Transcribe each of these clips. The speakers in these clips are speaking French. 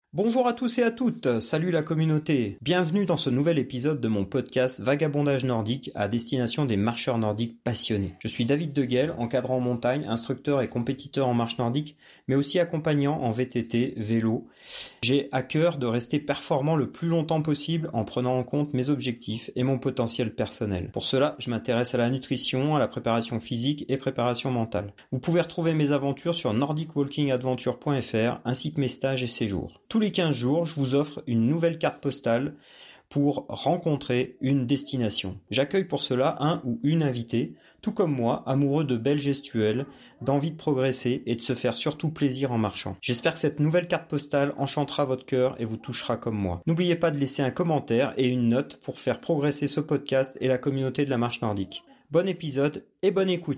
Bonjour à tous et à toutes, salut la communauté. Bienvenue dans ce nouvel épisode de mon podcast Vagabondage nordique à destination des marcheurs nordiques passionnés. Je suis David Deguel, encadrant en montagne, instructeur et compétiteur en marche nordique, mais aussi accompagnant en VTT, vélo. J'ai à cœur de rester performant le plus longtemps possible en prenant en compte mes objectifs et mon potentiel personnel. Pour cela, je m'intéresse à la nutrition, à la préparation physique et préparation mentale. Vous pouvez retrouver mes aventures sur nordicwalkingadventure.fr ainsi que mes stages et séjours. Tous les 15 jours, je vous offre une nouvelle carte postale pour rencontrer une destination. J'accueille pour cela un ou une invitée, tout comme moi, amoureux de belles gestuelles, d'envie de progresser et de se faire surtout plaisir en marchant. J'espère que cette nouvelle carte postale enchantera votre cœur et vous touchera comme moi. N'oubliez pas de laisser un commentaire et une note pour faire progresser ce podcast et la communauté de la marche nordique. Bon épisode et bonne écoute.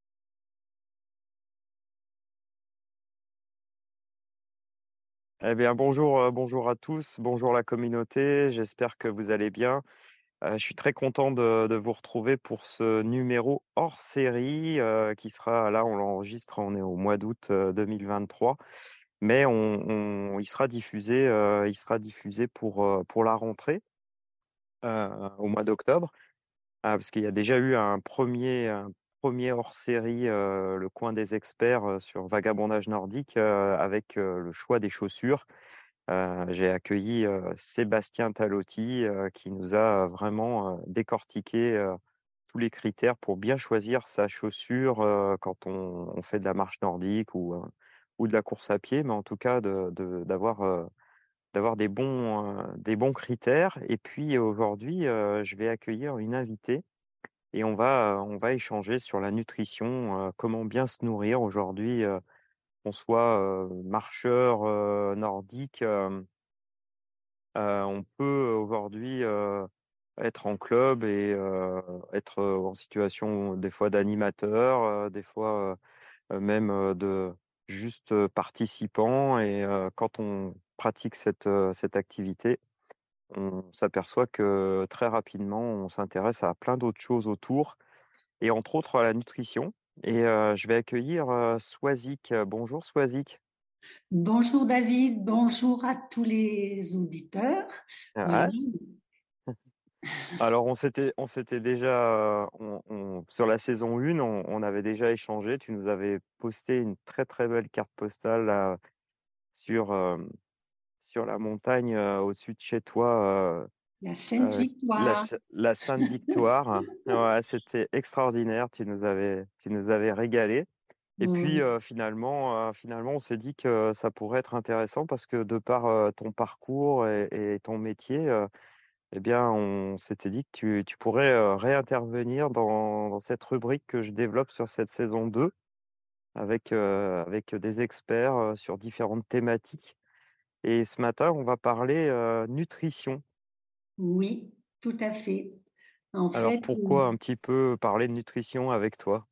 Eh bien, bonjour, bonjour à tous, bonjour la communauté, j'espère que vous allez bien. Je suis très content de vous retrouver pour ce numéro hors série qui sera, là on l'enregistre, on est au mois d'août 2023, mais il sera diffusé pour la rentrée au mois d'octobre. Parce qu'il y a déjà eu un premier hors-série, Le Coin des Experts, sur vagabondage nordique, avec le choix des chaussures. J'ai accueilli Sébastien Talotti, qui nous a vraiment décortiqué tous les critères pour bien choisir sa chaussure quand on fait de la marche nordique ou de la course à pied, mais en tout cas d'avoir des bons critères. Et puis aujourd'hui, je vais accueillir une invitée et on va échanger sur la nutrition, comment bien se nourrir aujourd'hui, qu'on soit marcheur nordique. On peut aujourd'hui être en club et être en situation des fois d'animateur, des fois même de juste participant. Et quand on pratique cette activité, on s'aperçoit que très rapidement, on s'intéresse à plein d'autres choses autour, et entre autres à la nutrition. Et je vais accueillir Swazik. Bonjour Swazik. Bonjour David, bonjour à tous les auditeurs. Voilà. Ah, alors on s'était déjà, sur la saison 1, on avait déjà échangé. Tu nous avais posté une très très belle carte postale là, sur, euh, sur la montagne au-dessus de chez toi, La euh, la, Sainte-Victoire. la Sainte-Victoire. Ouais, c'était extraordinaire, tu nous avais régalé. Et puis Oui, finalement, on s'est dit que ça pourrait être intéressant parce que de par ton parcours et ton métier, eh bien, on s'était dit que tu pourrais réintervenir dans cette rubrique que je développe sur cette saison 2 avec des experts sur différentes thématiques. Et ce matin, on va parler nutrition. oui, tout à fait. En Alors, fait, pourquoi un petit peu parler de nutrition avec toi?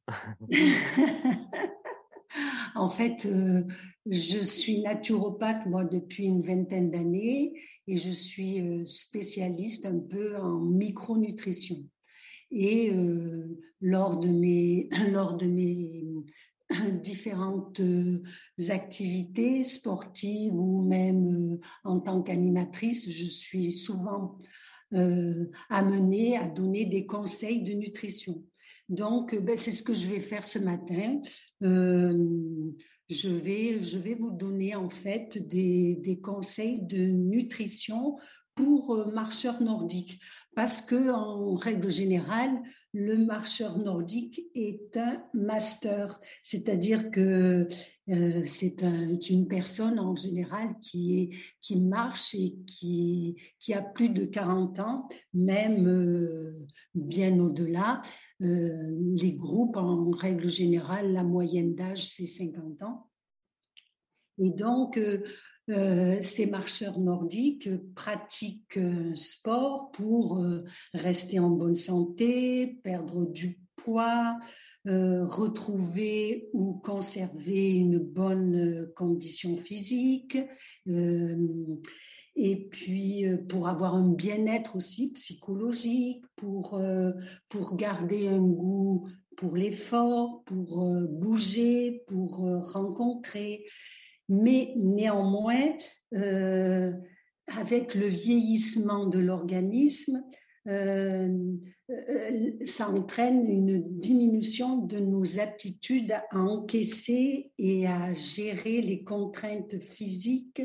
en fait, je suis naturopathe moi depuis une vingtaine d'années et je suis spécialiste un peu en micronutrition. Et lors de mes différentes activités sportives ou même en tant qu'animatrice, je suis souvent amenée à donner des conseils de nutrition. Donc, ben, c'est ce que je vais faire ce matin. Je vais vous donner en fait des conseils de nutrition pour marcheurs nordiques. Parce que, en règle générale, le marcheur nordique est un master, c'est-à-dire que c'est une personne en général qui marche et qui a plus de 40 ans, même bien au-delà. Les groupes, en règle générale, la moyenne d'âge, c'est 50 ans. Et donc, ces marcheurs nordiques pratiquent un sport pour rester en bonne santé, perdre du poids, retrouver ou conserver une bonne condition physique, euh, et puis pour avoir un bien-être aussi psychologique, pour garder un goût pour l'effort, pour bouger, pour rencontrer. Mais néanmoins, avec le vieillissement de l'organisme, ça entraîne une diminution de nos aptitudes à encaisser et à gérer les contraintes physiques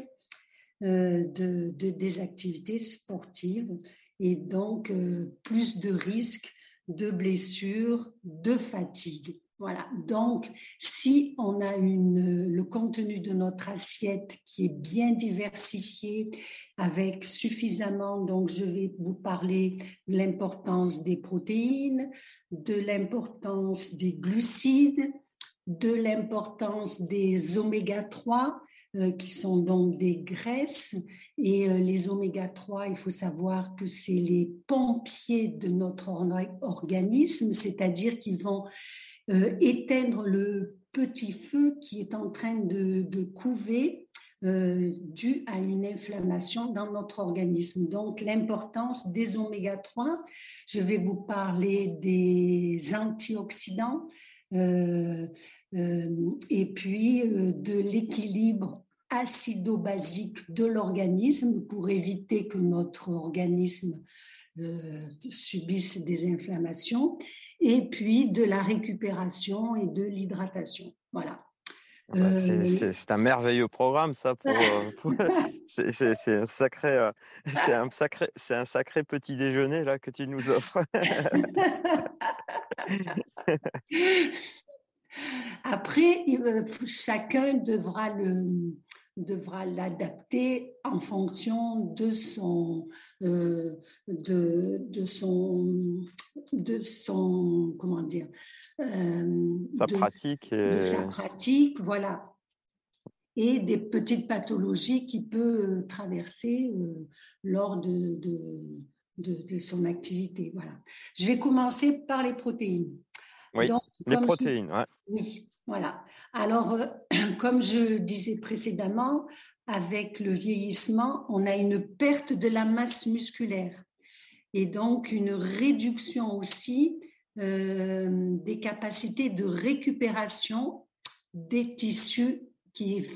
des activités sportives, et donc plus de risques de blessures, de fatigue. Voilà. Donc, si on a le contenu de notre assiette qui est bien diversifié, avec suffisamment, donc je vais vous parler de l'importance des protéines, de l'importance des glucides, de l'importance des oméga 3, qui sont donc des graisses. Et les oméga 3, il faut savoir que c'est les pompiers de notre organisme, c'est-à-dire qu'ils vont éteindre le petit feu qui est en train de couver dû à une inflammation dans notre organisme. Donc, l'importance des oméga 3, je vais vous parler des antioxydants et puis de l'équilibre acido-basique de l'organisme pour éviter que notre organisme subisse des inflammations, et puis de la récupération et de l'hydratation. Voilà. C'est un merveilleux programme, ça. C'est un sacré petit déjeuner là que tu nous offres. Après, chacun devra l'adapter en fonction de son comment dire, pratique de sa pratique, voilà, et des petites pathologies qu'il peut traverser lors de son activité. Voilà. Je vais commencer par les protéines. Oui, donc, les protéines, ouais. Oui, voilà. Alors, comme je disais précédemment, avec le vieillissement, on a une perte de la masse musculaire et donc une réduction aussi des capacités de récupération des tissus qui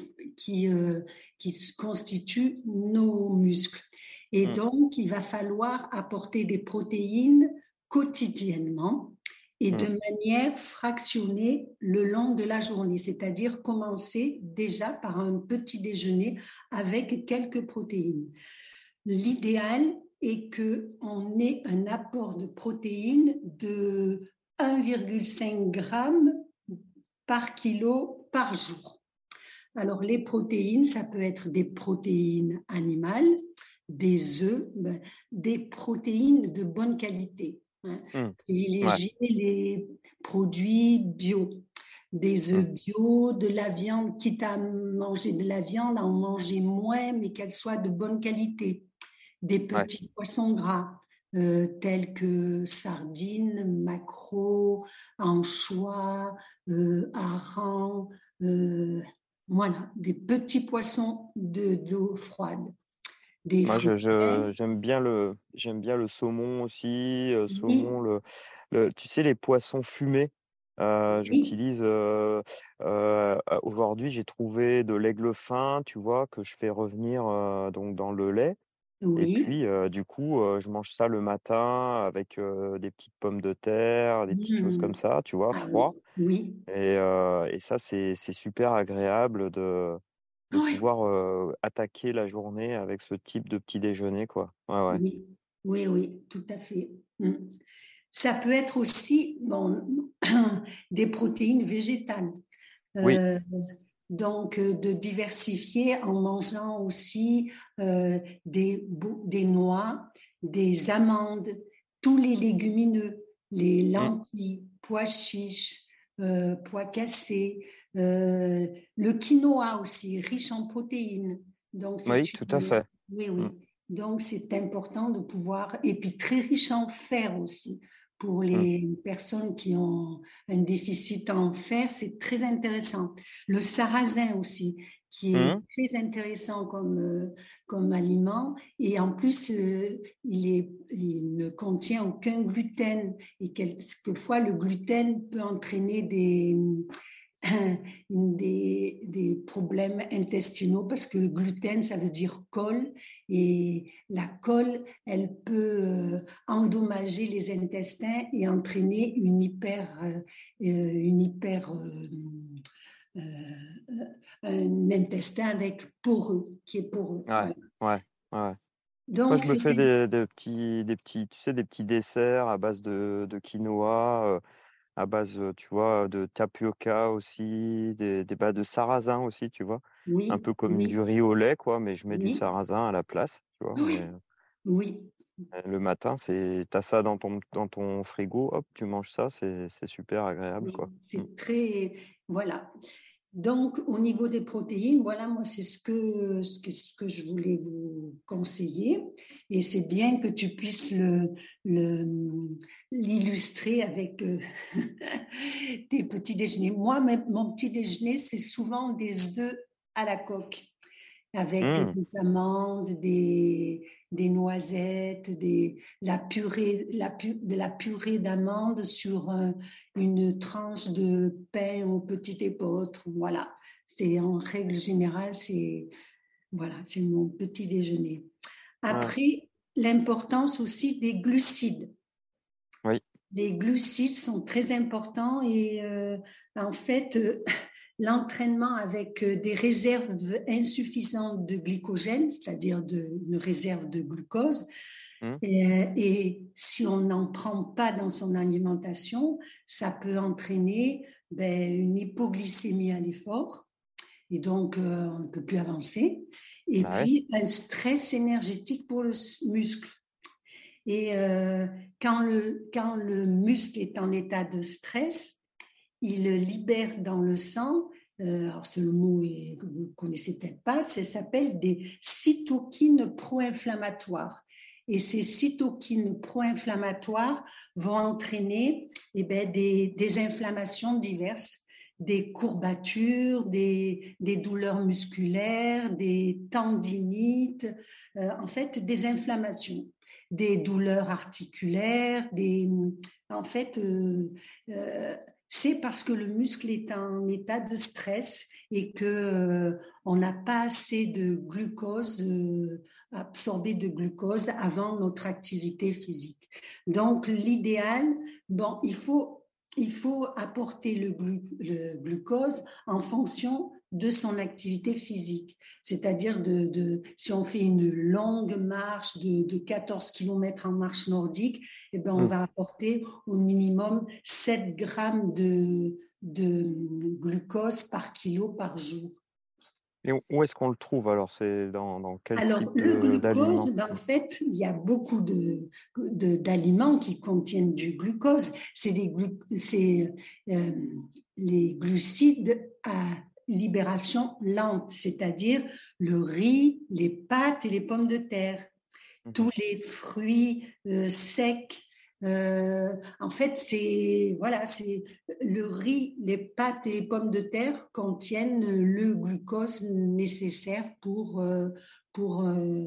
constituent nos muscles. Et donc, il va falloir apporter des protéines quotidiennement et de manière fractionnée le long de la journée, c'est-à-dire commencer déjà par un petit déjeuner avec quelques protéines. L'idéal est qu'on ait un apport de protéines de 1,5 g par kilo par jour. Alors, les protéines, ça peut être des protéines animales, des œufs, des protéines de bonne qualité. Privilégier les produits bio, des œufs bio, de la viande, quitte à manger de la viande, à en manger moins, mais qu'elle soit de bonne qualité. Des petits poissons gras, tels que sardines, maquereaux, anchois, harengs, voilà, des petits poissons d'eau froide. Moi, j'aime bien le saumon aussi, saumon, tu sais, les poissons fumés. J'utilise aujourd'hui, j'ai trouvé de l'aigle fin, tu vois, que je fais revenir donc dans le lait. Et puis, du coup, je mange ça le matin avec des petites pommes de terre, des petites choses comme ça, tu vois, froid. Oui. Et ça, c'est super agréable de pouvoir attaquer la journée avec ce type de petit déjeuner, quoi. Ouais. Oui, tout à fait. Ça peut être aussi des protéines végétales. Donc, de diversifier en mangeant aussi des noix, des amandes, tous les légumineux, les lentilles, pois chiches, pois cassés, le quinoa aussi, riche en protéines. Donc, tout à fait. Oui. Donc, c'est important de pouvoir, et puis très riche en fer aussi. Pour les personnes qui ont un déficit en fer, c'est très intéressant. Le sarrasin aussi, qui est très intéressant comme aliment. Et en plus, il ne contient aucun gluten. Et quelquefois, le gluten peut entraîner des problèmes intestinaux parce que le gluten, ça veut dire colle et la colle, elle peut endommager les intestins et entraîner un intestin avec poreux, qui est poreux. Ouais, Voilà. ouais, ouais. Moi, Donc, je me fais des petits, tu sais, des petits desserts à base de quinoa, à base, tu vois, de tapioca aussi, de sarrasin aussi, tu vois. Un oui, peu comme du oui, riz au lait, quoi, mais je mets du oui, sarrasin à la place, tu vois. Et oui, oui, le matin, t'as ça dans ton frigo, hop, tu manges ça, c'est super agréable, oui, quoi. Mm. c'est très, voilà. Donc, au niveau des protéines, voilà, moi, c'est ce que je voulais vous conseiller. Et c'est bien que tu puisses l'illustrer avec tes petits déjeuners. Moi, mon petit déjeuner, c'est souvent des œufs à la coque avec Mm. des amandes, des noisettes, de la purée d'amandes sur une tranche de pain au petit épeautre. Voilà, c'est en règle générale, c'est mon petit déjeuner. Ouais. Après, l'importance aussi des glucides. Oui. Les glucides sont très importants et en fait, l'entraînement avec des réserves insuffisantes de glycogène, c'est-à-dire une réserve de glucose, Mm. et si on n'en prend pas dans son alimentation, ça peut entraîner une hypoglycémie à l'effort et donc on ne peut plus avancer. Et Bah ouais. puis un stress énergétique pour le muscle. Et quand le muscle est en état de stress, il libère dans le sang, alors c'est le mot que vous ne connaissez peut-être pas, ça s'appelle des cytokines pro-inflammatoires. Et ces cytokines pro-inflammatoires vont entraîner des inflammations diverses, des courbatures, des douleurs musculaires, des tendinites, en fait des inflammations, des douleurs articulaires, en fait, c'est parce que le muscle est en état de stress et que on n'a pas assez de glucose, absorbé de glucose avant notre activité physique. Donc l'idéal, bon, il faut apporter le glucose en fonction de son activité physique. C'est-à-dire si on fait une longue marche de 14 km en marche nordique, eh ben, on Mm. va apporter au minimum 7 grammes de glucose par kilo par jour. Et où est-ce qu'on le trouve alors? C'est dans quel Alors, type le d'aliment? glucose, en fait, il y a beaucoup d'aliments qui contiennent du glucose. C'est les glucides à libération lente, c'est-à-dire le riz, les pâtes et les pommes de terre, Mhm. tous les fruits secs. En fait, c'est le riz, les pâtes et les pommes de terre contiennent le glucose nécessaire pour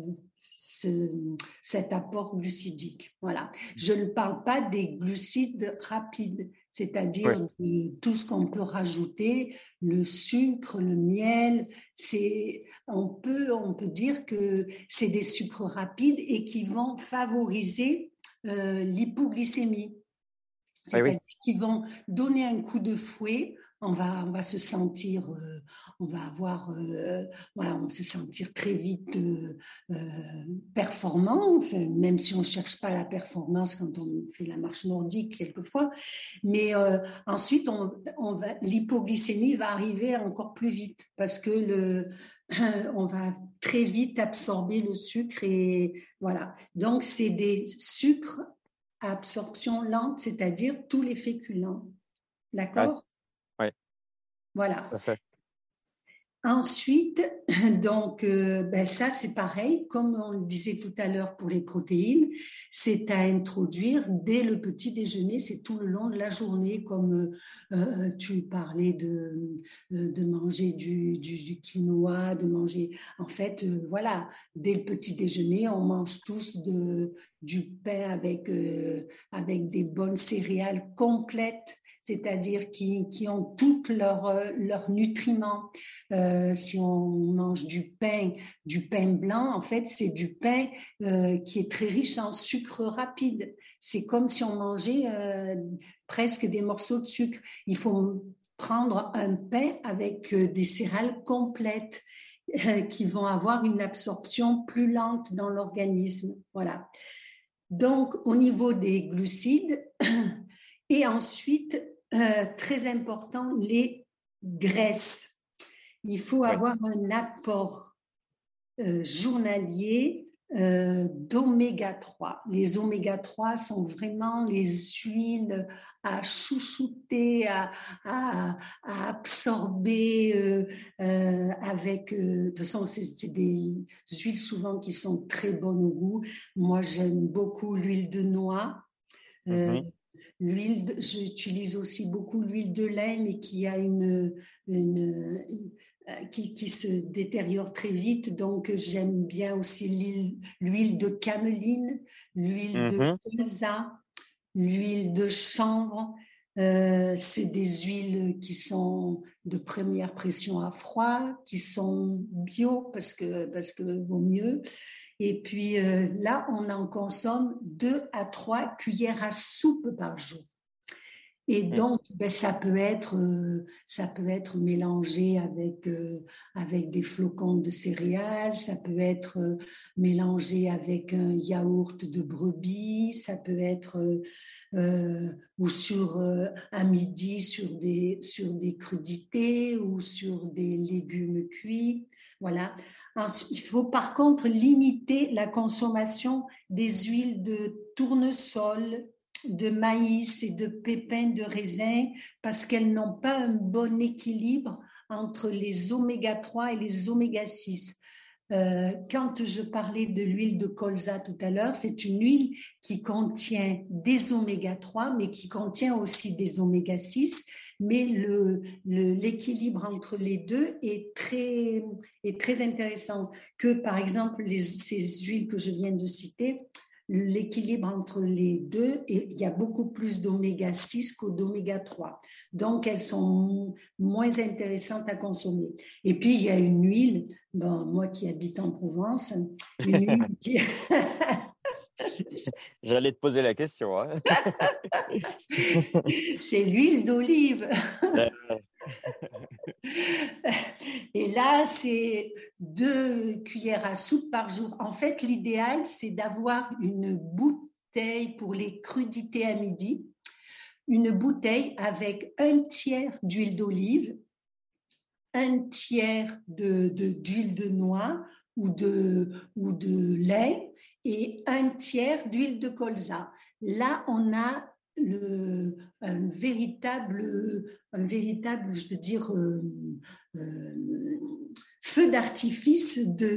cet apport glucidique. Voilà. Je ne parle pas des glucides rapides, Ouais. c'est-à-dire de tout ce qu'on peut rajouter, le sucre, le miel. On peut dire que c'est des sucres rapides et qui vont favoriser l'hypoglycémie. Ah oui. C'est-à-dire qu'ils vont donner un coup de fouet, on va se sentir, on va avoir, voilà, on va se sentir très vite performant, enfin, même si on ne cherche pas la performance quand on fait la marche nordique quelquefois, mais ensuite l'hypoglycémie va arriver encore plus vite parce que on va très vite absorber le sucre et voilà. Donc c'est des sucres à absorption lente, c'est-à-dire tous les féculents. Ouais. D'accord? Ouais. Voilà. Tout à fait. Ensuite, donc, ça, c'est pareil, comme on le disait tout à l'heure pour les protéines, c'est à introduire dès le petit déjeuner, c'est tout le long de la journée, comme tu parlais de manger du quinoa, de manger, en fait, voilà, dès le petit déjeuner, on mange tous du pain avec des bonnes céréales complètes, c'est-à-dire qui ont tous leurs nutriments. Si on mange du pain blanc, en fait, c'est du pain qui est très riche en sucre rapide. C'est comme si on mangeait presque des morceaux de sucre. Il faut prendre un pain avec des céréales complètes qui vont avoir une absorption plus lente dans l'organisme. Voilà. Donc, au niveau des glucides, et ensuite, très important, les graisses. Il faut avoir un apport journalier d'oméga 3. Les oméga 3 sont vraiment les huiles à chouchouter, à absorber avec... de toute façon, c'est des huiles souvent qui sont très bonnes au goût. Moi, j'aime beaucoup l'huile de noix. J'utilise aussi beaucoup l'huile de lin, mais qui a qui se détériore très vite. Donc, j'aime bien aussi l'huile de cameline, l'huile de colza, l'huile de chanvre. C'est des huiles qui sont de première pression à froid, qui sont bio parce que vaut mieux. Et puis là, on en consomme 2 à 3 cuillères à soupe par jour. Et donc, ça peut être mélangé avec des flocons de céréales, ça peut être mélangé avec un yaourt de brebis, ça peut être ou à midi sur des crudités ou sur des légumes cuits. Voilà. Il faut par contre limiter la consommation des huiles de tournesol, de maïs et de pépins de raisin parce qu'elles n'ont pas un bon équilibre entre les oméga 3 et les oméga 6. Quand je parlais de l'huile de colza tout à l'heure, c'est une huile qui contient des oméga 3, mais qui contient aussi des oméga 6. Mais l'équilibre entre les deux est très intéressant. Que par exemple, ces huiles que je viens de citer, l'équilibre entre les deux, il y a beaucoup plus d'oméga 6 que d'oméga 3. Donc, elles sont moins intéressantes à consommer. Et puis, il y a une huile, moi qui habite en Provence, une huile qui... J'allais te poser la question. Hein. C'est l'huile d'olive. Et là, c'est 2 cuillères à soupe par jour. En fait, l'idéal, c'est d'avoir une bouteille pour les crudités à midi, une bouteille avec 1/3 d'huile d'olive, 1/3 d'huile de noix ou de lait et 1/3 d'huile de colza. Là, on a un véritable, je veux dire, feu d'artifice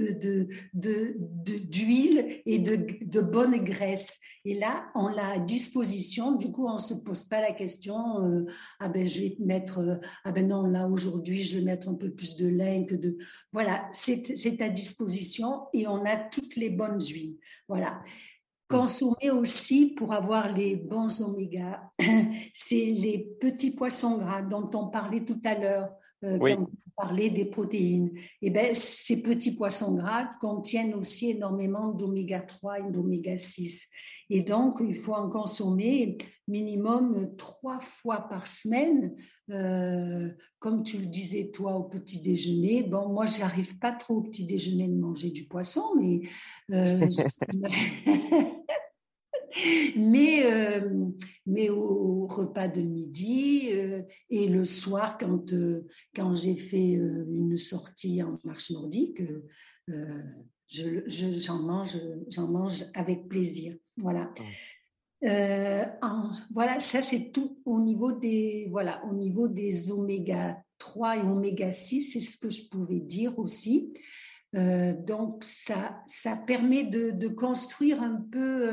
d'huile et de bonne graisse. Et là, on l'a à disposition. Du coup, on ne se pose pas la question, je vais mettre, non, là, aujourd'hui, je vais mettre un peu plus de lin que de... Voilà, c'est à disposition et on a toutes les bonnes huiles. Voilà. Consommer aussi pour avoir les bons oméga, c'est les petits poissons gras dont on parlait tout à l'heure quand on parlait des protéines. Et ces petits poissons gras contiennent aussi énormément d'oméga 3 et d'oméga 6. Et donc, il faut en consommer minimum 3 fois par semaine, comme tu le disais toi au petit déjeuner. Bon, moi, j'arrive pas trop au petit déjeuner de manger du poisson, mais mais au repas de midi et le soir quand j'ai fait une sortie en marche nordique, j'en mange avec plaisir. Voilà. Voilà, ça c'est tout au niveau des oméga 3 et oméga 6, c'est ce que je pouvais dire aussi. Donc, ça permet de construire un peu,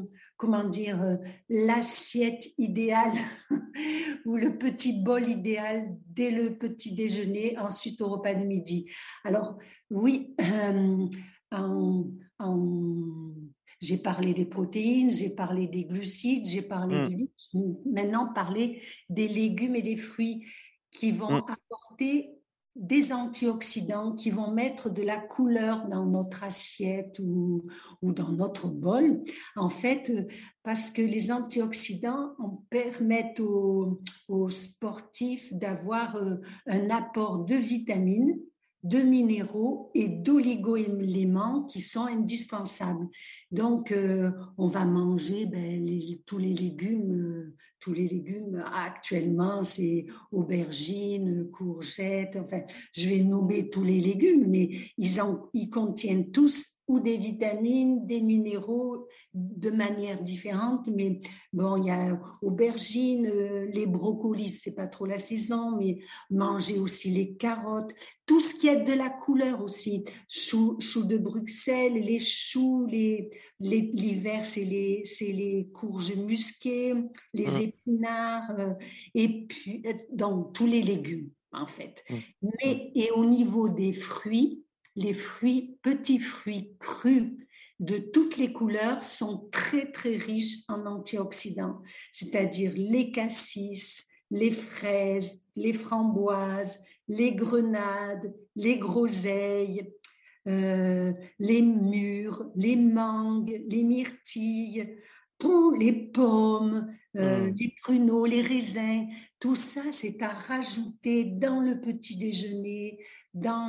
l'assiette idéale ou le petit bol idéal dès le petit déjeuner, ensuite au repas de midi. Alors, oui, J'ai parlé des protéines, j'ai parlé des glucides, j'ai parlé maintenant parler des légumes et des fruits qui vont apporter des antioxydants, qui vont mettre de la couleur dans notre assiette ou dans notre bol. En fait, parce que les antioxydants permettent aux sportifs d'avoir un apport de vitamines, de minéraux et d'oligo-éléments qui sont indispensables. Donc, on va manger tous les légumes. Tous les légumes, actuellement, c'est aubergines, courgettes. Enfin, je vais nommer tous les légumes, mais ils contiennent tous ou des vitamines, des minéraux de manière différente. Mais bon, il y a aubergines, les brocolis, c'est pas trop la saison, mais manger aussi les carottes, tout ce qui a de la couleur aussi. Choux de Bruxelles, les choux, l'hiver, c'est les courges musquées, les épinards, et puis donc tous les légumes en fait. Mais et au niveau des fruits, les petits fruits crus de toutes les couleurs sont très très riches en antioxydants, c'est-à-dire les cassis, les fraises, les framboises, les grenades, les groseilles, les mûres, les mangues, les myrtilles, les pommes, les pruneaux, les raisins. Tout ça, c'est à rajouter dans le petit déjeuner, dans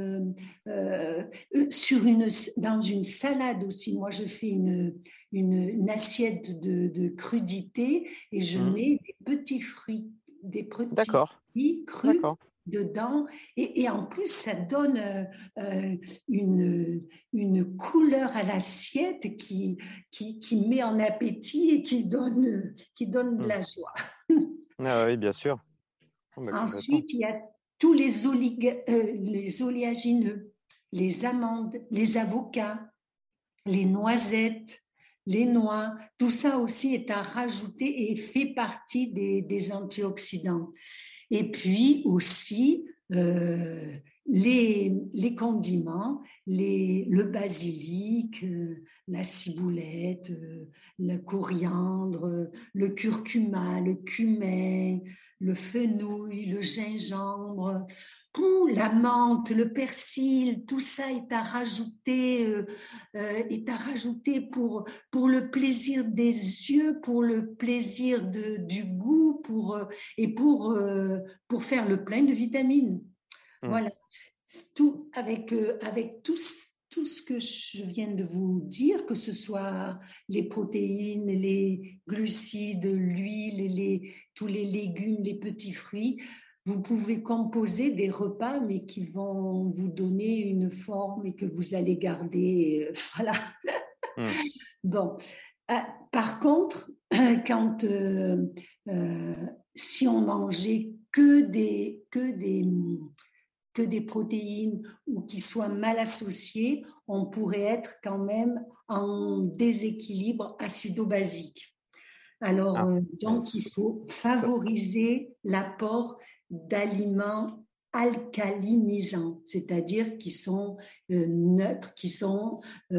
une salade aussi. Moi, je fais une assiette de crudité et je mets des petits fruits crus dedans. Et en plus, ça donne une couleur à l'assiette qui met en appétit et qui donne de la joie. Ah oui, bien sûr. Ensuite, il y a tous les oléagineux, les amandes, les avocats, les noisettes, les noix. Tout ça aussi est à rajouter et fait partie des antioxydants. Et puis aussi les condiments, le basilic, la ciboulette, le coriandre, le curcuma, le cumin, le fenouil, le gingembre, la menthe, le persil, tout ça est à rajouter, pour le plaisir des yeux, pour le plaisir du goût, pour faire le plein de vitamines. Voilà, tout, avec tout ce que je viens de vous dire, que ce soit les protéines, les glucides, l'huile, tous les légumes, les petits fruits, vous pouvez composer des repas, mais qui vont vous donner une forme et que vous allez garder. Voilà. Bon. Par contre, quand si on mangeait que des protéines ou qui soient mal associées, on pourrait être quand même en déséquilibre acido-basique. Alors, donc, il faut favoriser l'apport d'aliments alcalinisants, c'est-à-dire qui sont neutres, qui sont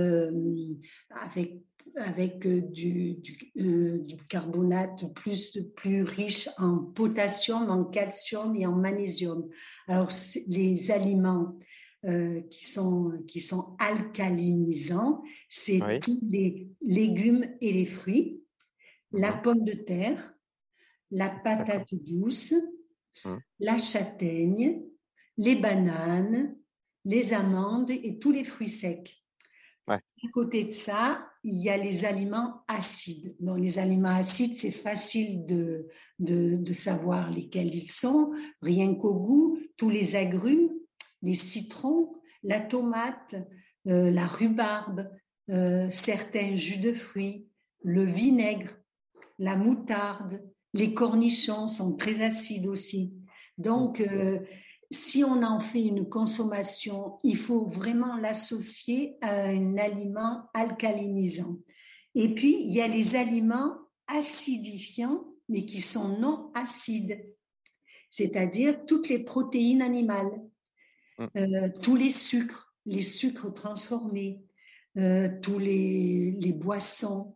avec du carbonate plus riche en potassium, en calcium et en magnésium. Alors, les aliments qui sont alcalinisants, c'est tous les légumes et les fruits, la pomme de terre, la patate douce, la châtaigne, les bananes, les amandes et tous les fruits secs. À côté de ça, il y a les aliments acides. Bon, les aliments acides, c'est facile de savoir lesquels ils sont, rien qu'au goût. Tous les agrumes, les citrons, la tomate, la rhubarbe, certains jus de fruits, le vinaigre, la moutarde, les cornichons sont très acides aussi. Donc, si on en fait une consommation, il faut vraiment l'associer à un aliment alcalinisant. Et puis, il y a les aliments acidifiants, mais qui sont non acides, c'est-à-dire toutes les protéines animales, tous les sucres transformés, tous les boissons,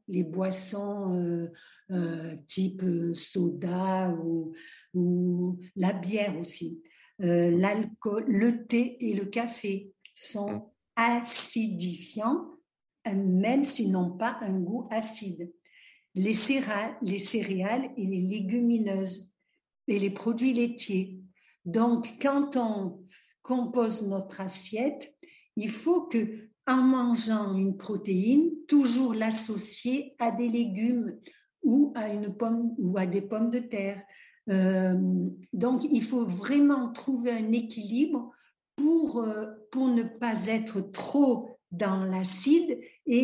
type soda ou la bière aussi. L'alcool, le thé et le café Mm. sont acidifiants, même s'ils n'ont pas un goût acide. Les céréales et les légumineuses et les produits laitiers. Donc, quand on compose notre assiette, il faut que, en mangeant une protéine, toujours l'associer à des légumes ou à une pomme ou à des pommes de terre. Donc, il faut vraiment trouver un équilibre pour ne pas être trop dans l'acide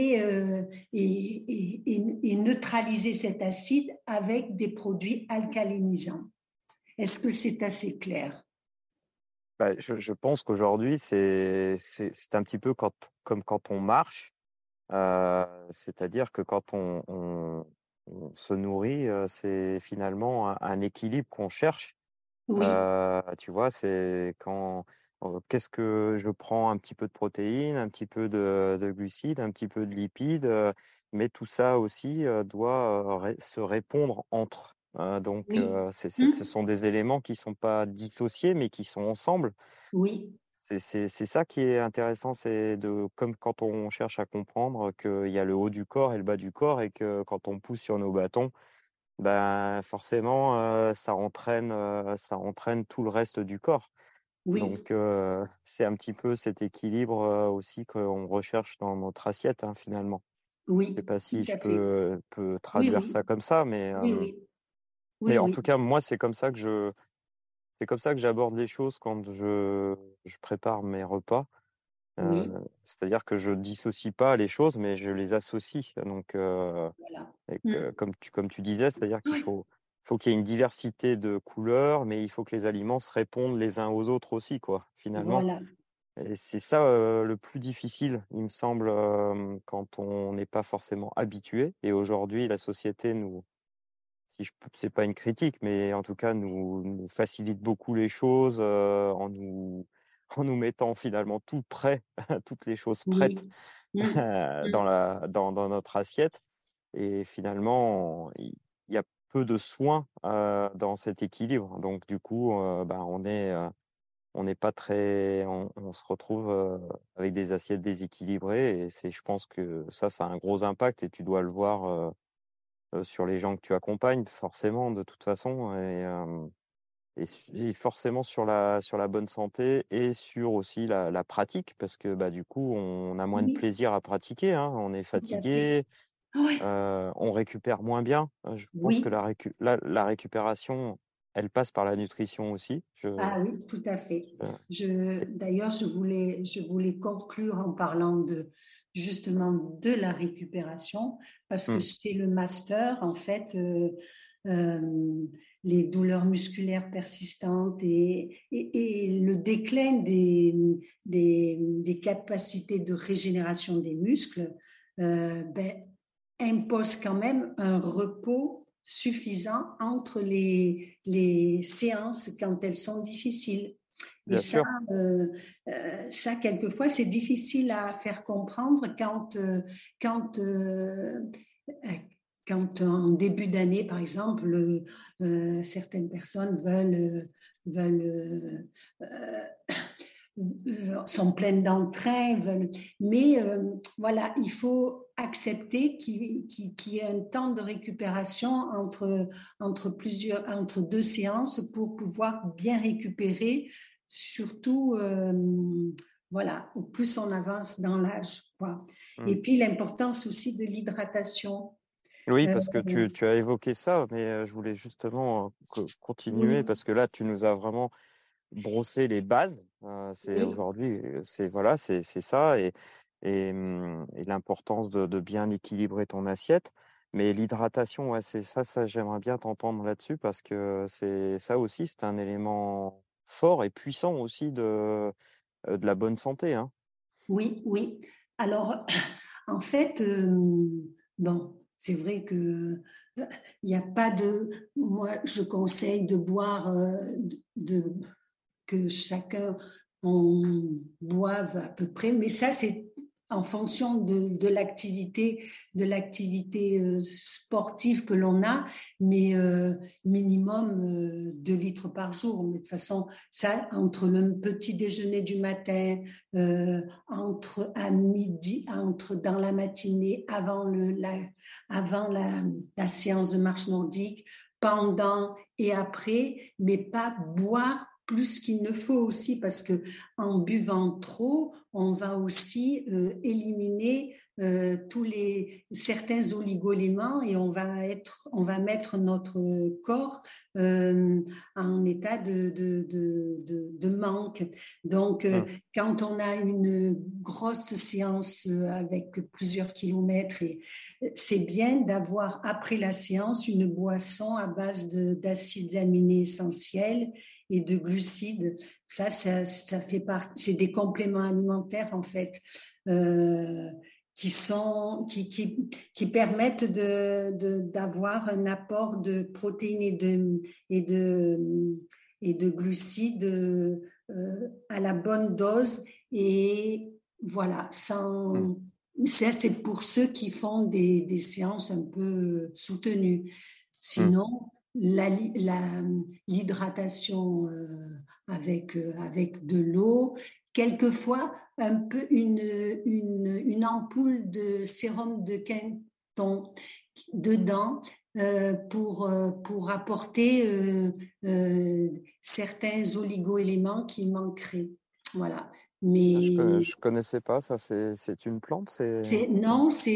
et neutraliser cet acide avec des produits alcalinisants. Est-ce que c'est assez clair? Bah, je pense qu'aujourd'hui, c'est un petit peu comme quand on marche, c'est-à-dire que quand on se nourrit, c'est finalement un équilibre qu'on cherche. Oui, Tu vois, c'est quand qu'est-ce que je prends un petit peu de protéines, un petit peu de glucides, un petit peu de lipides, mais tout ça aussi doit se répondre entre. Donc, oui, ce sont des éléments qui sont pas dissociés, mais qui sont ensemble. oui, C'est ça qui est intéressant, c'est comme quand on cherche à comprendre qu'il y a le haut du corps et le bas du corps, et que quand on pousse sur nos bâtons, ben forcément, ça entraîne tout le reste du corps. oui, Donc, c'est un petit peu cet équilibre aussi qu'on recherche dans notre assiette, hein, finalement. Je sais oui, pas tout si je à fait. peux Oui, traduire oui, ça comme ça, oui, oui, mais oui, en oui, tout cas, moi, c'est comme ça que j'aborde les choses quand je prépare mes repas. oui, C'est-à-dire que je dissocie pas les choses, mais je les associe. Donc, voilà. et Mm. comme tu disais, c'est-à-dire Oui, faut qu'il y ait une diversité de couleurs, mais il faut que les aliments se répondent les uns aux autres aussi, quoi, finalement. voilà, Et c'est ça le plus difficile, il me semble, quand on n'est pas forcément habitué. Et aujourd'hui, la société c'est pas une critique, mais en tout cas, nous facilite beaucoup les choses en nous mettant finalement tout prêt, toutes les choses prêtes oui, mm, mm, dans notre assiette. Et finalement, il y a peu de soins dans cet équilibre. Donc, du coup, ben, on n'est pas on se retrouve avec des assiettes déséquilibrées. Et je pense que ça a un gros impact, et tu dois le voir sur les gens que tu accompagnes, forcément, de toute façon. Et forcément sur la bonne santé, et sur aussi la pratique, parce que bah, du coup, on a moins de oui, plaisir à pratiquer, hein. On est tout à fait. fatigué, Oui, on récupère moins bien. Je pense que oui, la récupération, elle passe par la nutrition aussi. ah oui, tout à fait. Euh, D'ailleurs, je voulais conclure en parlant justement de la récupération, parce que hmm, chez le master, en fait, euh, les douleurs musculaires persistantes et le déclin des capacités de régénération des muscles, ben, impose quand même un repos suffisant entre les séances quand elles sont difficiles. Et bien sûr, ça quelquefois, c'est difficile à faire comprendre quand, euh, quand en début d'année, par exemple, certaines personnes veulent sont pleines d'entrain, mais voilà, il faut accepter qu'il y ait un temps de récupération entre deux séances pour pouvoir bien récupérer, surtout voilà, au plus on avance dans l'âge, quoi. hmm. Et puis l'importance aussi de l'hydratation. Oui, Euh, parce que tu as évoqué ça, mais je voulais justement continuer, oui, parce que là, tu nous as vraiment brosser les bases. C'est oui, aujourd'hui, c'est voilà, c'est ça, et l'importance de bien équilibrer ton assiette. Mais l'hydratation, ouais, c'est ça, j'aimerais bien t'entendre là-dessus, parce que c'est ça aussi, c'est un élément fort et puissant aussi de la bonne santé, hein. oui, oui. Alors, en fait, bon, c'est vrai que il n'y a pas de. Moi, je conseille de boire, que chacun en boive à peu près, mais ça, c'est en fonction de l'activité sportive que l'on a, mais minimum 2 litres par jour. Mais de toute façon, ça, entre le petit déjeuner du matin, entre à midi, dans la matinée, avant la séance de marche nordique, pendant et après, mais pas boire plus qu'il ne faut aussi, parce que en buvant trop, on va aussi éliminer certains oligo-éléments et on va mettre notre corps en état de manque. Donc, quand on a une grosse séance avec plusieurs kilomètres, c'est bien d'avoir après la séance une boisson à base d'acides aminés essentiels et de glucides. Ça fait partie, c'est des compléments alimentaires en fait qui permettent d'avoir un apport de protéines et de glucides à la bonne dose et voilà, ça c'est pour ceux qui font des séances un peu soutenues. Sinon, l'hydratation avec de l'eau, quelquefois un peu une ampoule de sérum de Quinton dedans pour apporter certains oligo-éléments qui manqueraient. Voilà. Mais Je connaissais pas ça. C'est une plante, non, c'est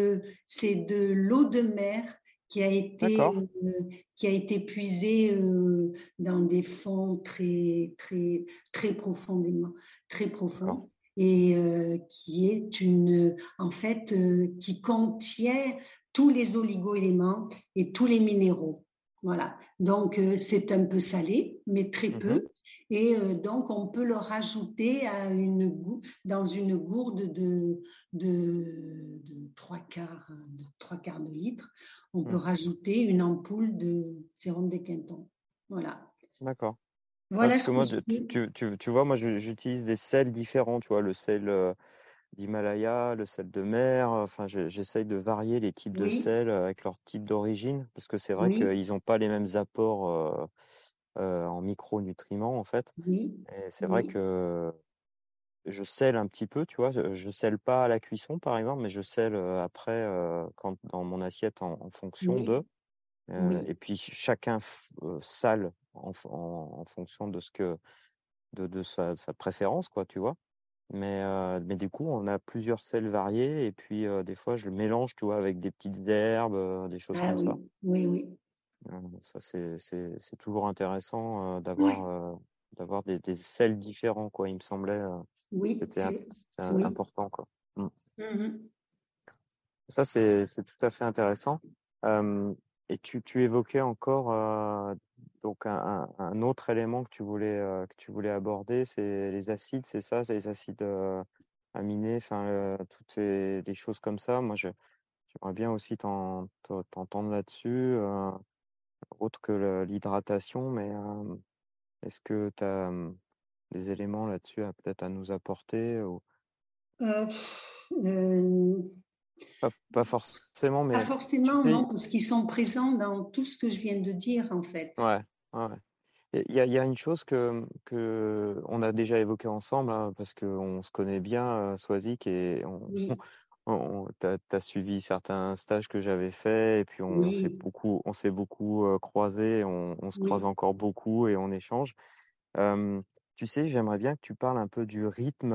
de l'eau de mer qui a D'accord. été puisée dans des fonds très très très profondément très D'accord. profonds et qui est en fait qui contient tous les oligo-éléments et tous les minéraux. Voilà. Donc c'est un peu salé, mais très peu. Et donc on peut le rajouter dans une gourde de 3/4 de litre. On peut rajouter une ampoule de sérum de Quinton. Voilà. D'accord. Ouais, Voilà parce ce que que moi, je peux. tu vois, moi, j'utilise des sels différents, tu vois, le sel d'Himalaya, le sel de mer. Enfin, j'essaye de varier les types de Oui, sels avec leur type d'origine, parce que c'est vrai oui, qu'ils n'ont pas les mêmes apports en micronutriments, en fait. oui, Et c'est vrai oui, que je sèle un petit peu, tu vois. Je sèle pas à la cuisson, par exemple, mais je sèle après quand dans mon assiette en fonction oui, de. oui. Et puis chacun sale en fonction de de sa préférence, quoi, tu vois. Mais du coup, on a plusieurs sels variés et puis des fois, je le mélange, tu vois, avec des petites herbes, des choses Ah comme ça. oui, oui, oui. Ça, c'est toujours intéressant Oui, d'avoir des sels différents, quoi. Il me semblait oui, c'était oui. important, quoi. Mm. Mhm. Ça, c'est tout à fait intéressant. Euh, et tu évoquais encore donc un autre élément que tu voulais aborder, c'est les acides, c'est ça, c'est les acides aminés, enfin toutes les choses comme ça. Moi, j'aimerais bien aussi t'entendre là-dessus, autre que l'hydratation, mais est-ce que tu as des éléments là-dessus peut-être à nous apporter ou Euh, euh, pas forcément, Pas mais tu forcément, sais, non, parce qu'ils sont présents dans tout ce que je viens de dire, en fait. ouais, ouais, ouais. Et il y a une chose que on a déjà évoquée ensemble, hein, parce qu'on se connaît bien, Swazik, et Oui, t'as suivi certains stages que j'avais faits, et puis oui, on s'est beaucoup croisés, on se croise oui. encore beaucoup et on échange. Euh, Tu sais, j'aimerais bien que tu parles un peu du rythme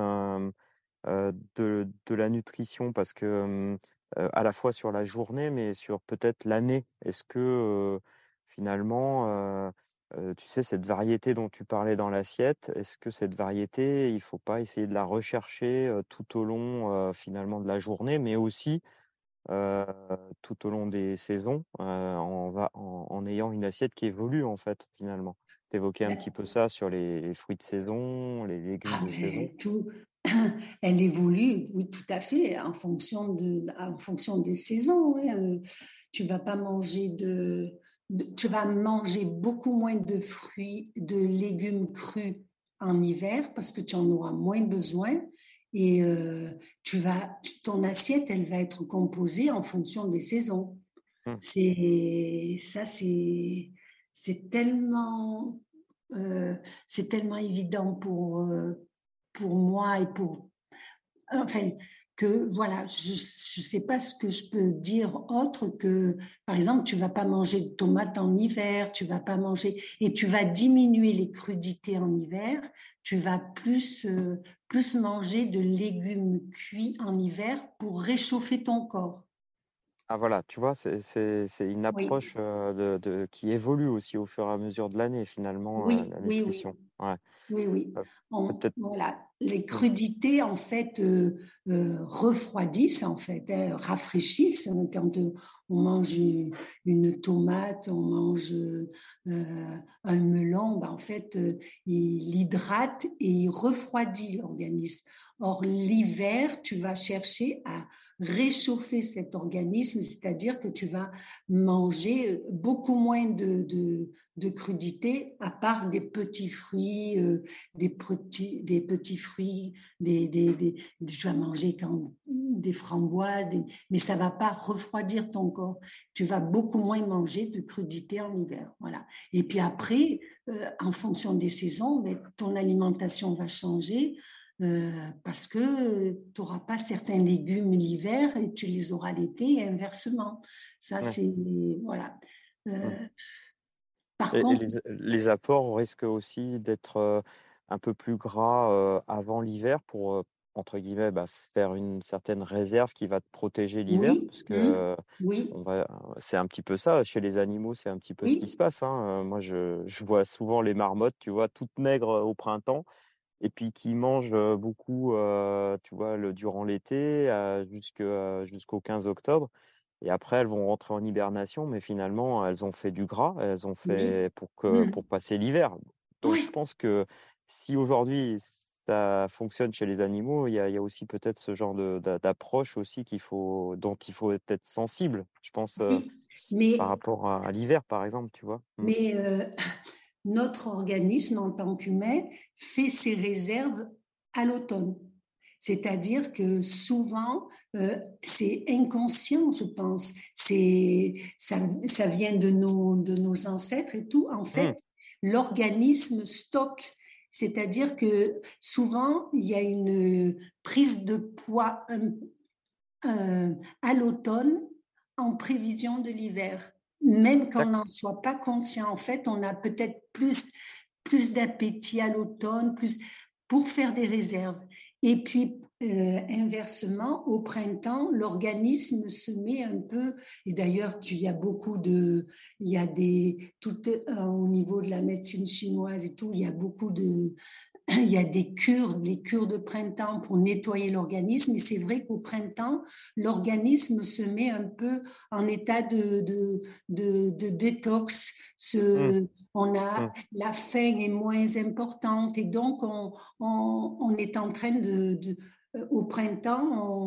de la nutrition, parce que à la fois sur la journée, mais sur peut-être l'année. Est-ce que finalement, tu sais, cette variété dont tu parlais dans l'assiette, est-ce que cette variété, il faut pas essayer de la rechercher tout au long finalement de la journée, mais aussi euh, tout au long des saisons, en ayant une assiette qui évolue en fait finalement. Tu évoquais un petit peu ça sur les fruits de saison, les légumes Ah, de saison. mais tout, elle évolue, oui, tout à fait, en fonction des saisons. Hein. Tu vas pas manger tu vas manger beaucoup moins de fruits, de légumes crus en hiver parce que tu en auras moins besoin. Et ton assiette, elle va être composée en fonction des saisons. Mmh. C'est tellement, c'est tellement évident pour moi et enfin, que voilà, je sais pas ce que je peux dire autre que, par exemple, tu vas pas manger de tomates en hiver, tu vas pas manger, et tu vas diminuer les crudités en hiver, tu vas plus manger de légumes cuits en hiver pour réchauffer ton corps. Ah voilà, tu vois, c'est une Oui, approche qui évolue aussi au fur et à mesure de l'année, finalement, oui, la oui, oui. nutrition. Ouais. Oui, oui. Euh, Peut-être. Voilà, les Hmm. crudités en fait refroidissent en fait, hein, rafraîchissent. Quand on mange une tomate, on mange un melon, ben, en fait, il hydrate et il refroidit l'organisme. Or, l'hiver, tu vas chercher à réchauffer cet organisme, c'est-à-dire que tu vas manger beaucoup moins de crudités, à part des petits fruits, des petits fruits, je vais manger des framboises, mais ça ne va pas refroidir ton corps. Tu vas beaucoup moins manger de crudités en hiver. Voilà. Et puis après, en fonction des saisons, mais ton alimentation va changer. Parce que tu n'auras pas certains légumes l'hiver et tu les auras l'été et inversement. Ça, Ouais. c'est. Voilà. Hmm. Euh, Par Et contre, les apports risquent aussi d'être un peu plus gras avant l'hiver pour, entre guillemets, bah, faire une certaine réserve qui va te protéger l'hiver, oui, parce que oui, c'est un petit peu ça, chez les animaux, c'est un petit peu ce qui se oui, passe, hein. Moi, je vois souvent les marmottes, tu vois, toutes maigres au printemps, et puis qui mangent beaucoup, tu vois, durant l'été jusqu'au 15 octobre. Et après, elles vont rentrer en hibernation, mais finalement, elles ont fait du gras, elles ont oui. fait pour Mm. passer l'hiver. Donc, je Oui, pense que si aujourd'hui ça fonctionne chez les animaux, il y a aussi peut-être ce genre d'approche aussi dont il faut être sensible, je pense, oui. par Mais, rapport à l'hiver, par exemple, tu vois. Mm. mais notre organisme en tant qu'humain fait ses réserves à l'automne. C'est-à-dire que souvent, c'est inconscient, je pense. Ça vient de nos ancêtres et tout. En Mm. fait, l'organisme stocke. C'est-à-dire que souvent, il y a une prise de poids à l'automne en prévision de l'hiver. Même qu'on D'ac- n'en soit pas conscient, en fait, on a peut-être plus d'appétit à l'automne, plus pour faire des réserves. Et puis, inversement, au printemps, l'organisme se met un peu, et d'ailleurs, il y a au niveau de la médecine chinoise et tout, il y a beaucoup il y a les cures de printemps pour nettoyer l'organisme. Et c'est vrai qu'au printemps, l'organisme se met un peu en état de détox. mm, mm. La faim est moins importante et donc on est en train au printemps,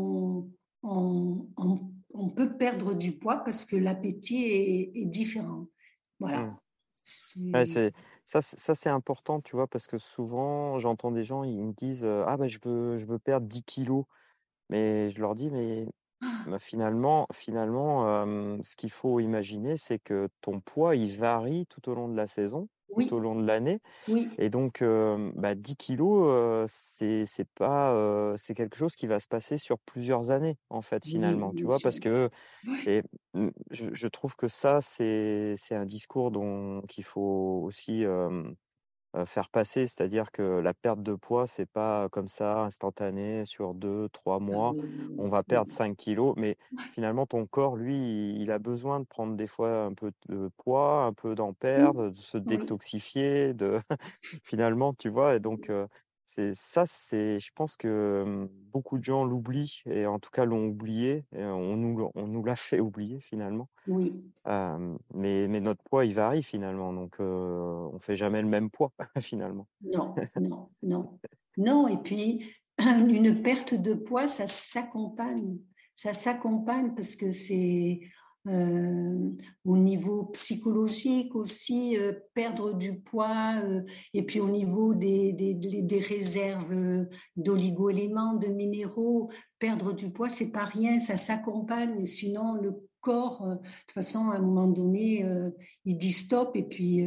on peut perdre du poids parce que l'appétit est différent. Mm. Voilà. Ouais, C'est- ça, c'est important, tu vois, parce que souvent, j'entends des gens, ils me disent, ah, bah, je veux perdre 10 kilos. Mais je leur dis, mais bah, finalement, ce qu'il faut imaginer, c'est que ton poids, il varie tout au long de la saison, tout au Oui, long de l'année. oui. Et donc, 10 kilos, c'est pas, c'est quelque chose qui va se passer sur plusieurs années, en fait, Oui, finalement, tu bien vois, sûr. parce que, Ouais. et je trouve que ça, c'est un discours qu'il faut aussi faire passer, c'est-à-dire que la perte de poids, c'est pas comme ça instantané sur 2, 3 mois. Oui, On va oui, perdre 5 kilos, mais oui. finalement, ton corps, lui, il a besoin de prendre des fois un peu de poids, un peu d'en Oui, perdre, de se oui, détoxifier, finalement, tu vois. Et donc, je pense que beaucoup de gens l'oublient, et en tout cas l'ont oublié, et on nous l'a fait oublier finalement. oui. Mais notre poids, il varie finalement, donc on fait jamais le même poids finalement. Non, non, non. Non, et puis une perte de poids, ça s'accompagne. Ça s'accompagne parce que euh, au niveau psychologique aussi, perdre du poids, et puis au niveau des réserves d'oligo-éléments, de minéraux, perdre du poids, c'est pas rien, ça s'accompagne, sinon le corps, de toute façon, à un moment donné, il dit stop, et puis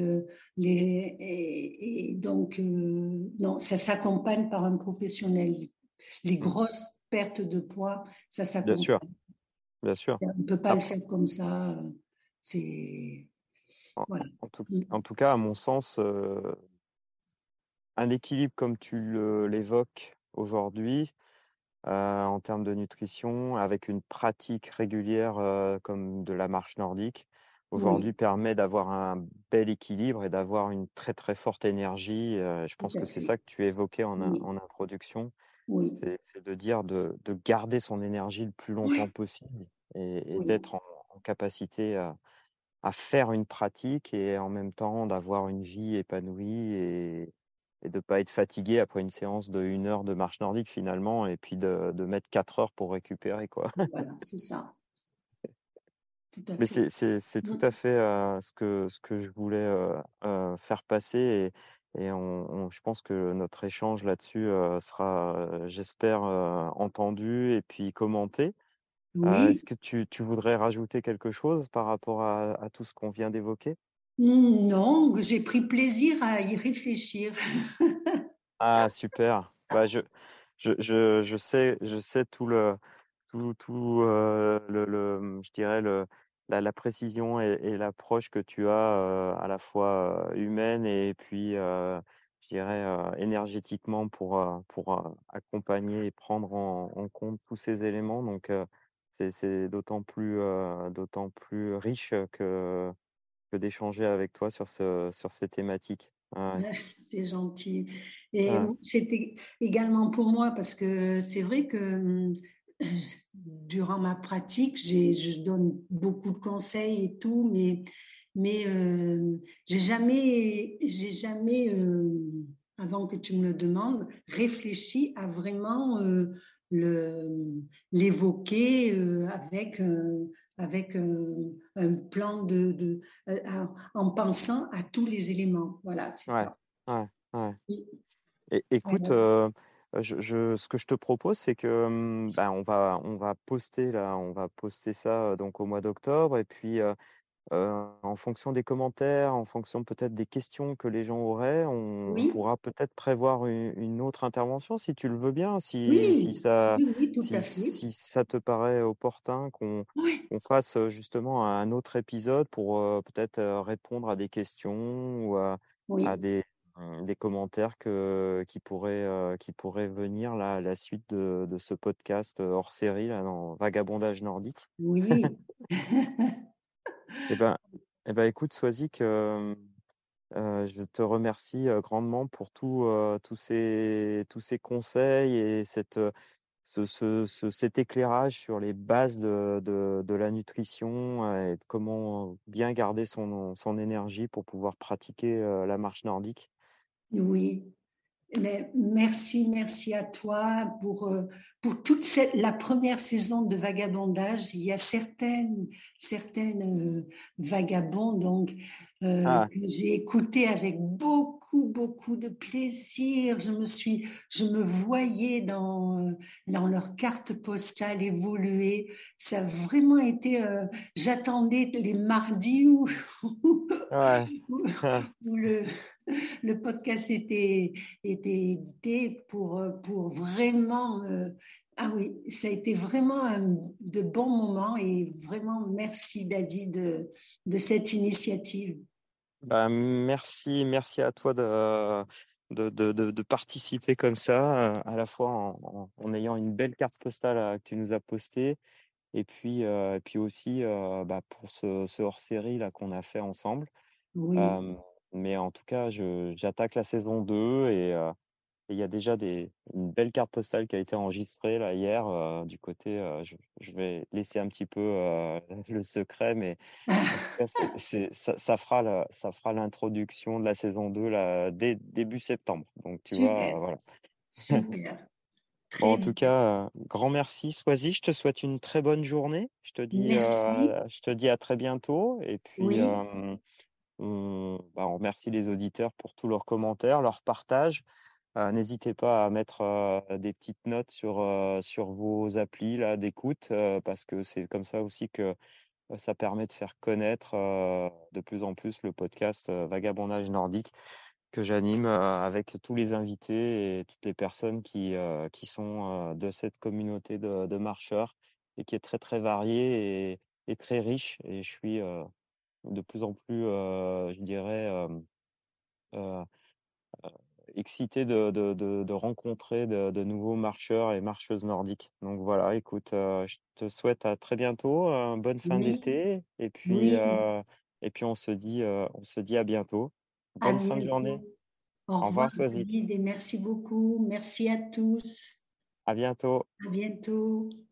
et donc, non, ça s'accompagne par un professionnel. Les Mm. grosses pertes de poids, ça Bien s'accompagne. sûr, bien sûr. On ne peut pas le Ap- faire comme ça. C'est En, voilà. en tout cas, à mon sens, un équilibre comme l'évoques aujourd'hui, en termes de nutrition, avec une pratique régulière comme de la marche nordique, Oui, aujourd'hui permet d'avoir un bel équilibre et d'avoir une très très forte énergie. Je tout pense à que c'est fait. ça que tu évoquais Oui, en introduction, oui, c'est de dire de garder son énergie le plus longtemps oui, possible et oui, d'être en capacité à faire une pratique et en même temps d'avoir une vie épanouie et de ne pas être fatigué après une séance de 1 heure de marche nordique finalement et puis de mettre 4 heures pour récupérer, quoi. voilà, c'est ça. Tout à Mais fait. c'est tout à fait ce que je voulais faire passer je pense que notre échange là-dessus sera, j'espère, entendu et puis commenté. Oui, Est-ce que tu voudrais rajouter quelque chose par rapport à tout ce qu'on vient d'évoquer? non, j'ai pris plaisir à y réfléchir. Ah, super. Bah, je sais je dirais la précision et l'approche que tu as à la fois humaine et puis, je dirais, énergétiquement pour accompagner et prendre en compte tous ces éléments. Donc, c'est d'autant plus riche que d'échanger avec toi sur ces thématiques. Ouais, C'est gentil. Et ouais. c'était également pour moi parce que c'est vrai que durant ma pratique, je donne beaucoup de conseils et tout, mais j'ai jamais, avant que tu me le demandes, réfléchi à vraiment le, l'évoquer avec un plan en pensant à tous les éléments. Voilà, c'est Ouais, ça. ouais, ouais. Oui, Écoute, ce que je te propose, c'est que bah, on va poster ça donc au mois d'octobre, et puis en fonction des commentaires, en fonction peut-être des questions que les gens auraient, on oui, pourra peut-être prévoir une autre intervention si tu le veux bien, oui, oui, oui, tout à fait. si ça te paraît opportun Oui, qu'on fasse justement un autre épisode pour peut-être répondre à des questions ou à oui, des commentaires qui pourraient venir là, à la suite de ce podcast hors série là, dans Vagabondage nordique. oui. Eh ben, écoute, Swazik, je te remercie grandement pour tous ces conseils et cet éclairage sur les bases de la nutrition et de comment bien garder son énergie pour pouvoir pratiquer la marche nordique. Oui. Mais merci à toi pour la première saison de Vagabondage. Il y a certaines vagabonds donc Ah, que j'ai écouté avec beaucoup de plaisir. Je me voyais dans leur carte postale évoluer. Ça a vraiment été. J'attendais les mardis ouais. où, où le podcast était édité pour vraiment. Ah oui, ça a été vraiment de bons moments et vraiment merci David de cette initiative. Bah, merci à toi de participer comme ça, à la fois en ayant une belle carte postale que tu nous as postée, et puis aussi bah, pour ce hors-série là qu'on a fait ensemble. Oui, Euh, mais en tout cas, j'attaque la saison 2 et il y a déjà une belle carte postale qui a été enregistrée là hier du côté. Je vais laisser un petit peu le secret, mais en tout cas, ça fera l'introduction de la saison 2 là, dès début septembre. Donc, tu vois, super, voilà. super. Bon, Très en tout bien. cas, grand merci, Swazi. Je te souhaite une très bonne journée. Merci. Je te dis à très bientôt. Et puis, Oui, on remercie les auditeurs pour tous leurs commentaires, leurs partages. N'hésitez pas à mettre des petites notes sur vos applis là, d'écoute, parce que c'est comme ça aussi que ça permet de faire connaître de plus en plus le podcast Vagabondage nordique que j'anime avec tous les invités et toutes les personnes qui sont de cette communauté de marcheurs et qui est très très variée et très riche. Et je suis de plus en plus, je dirais, euh, excité de rencontrer de nouveaux marcheurs et marcheuses nordiques. Donc voilà, écoute, je te souhaite à très bientôt, bonne fin oui, d'été, oui. et puis on se dit à bientôt. À Bonne fin de journée. bientôt. Au Au revoir, revoir, Swazik. David, et merci beaucoup. Merci à tous. À bientôt. À bientôt.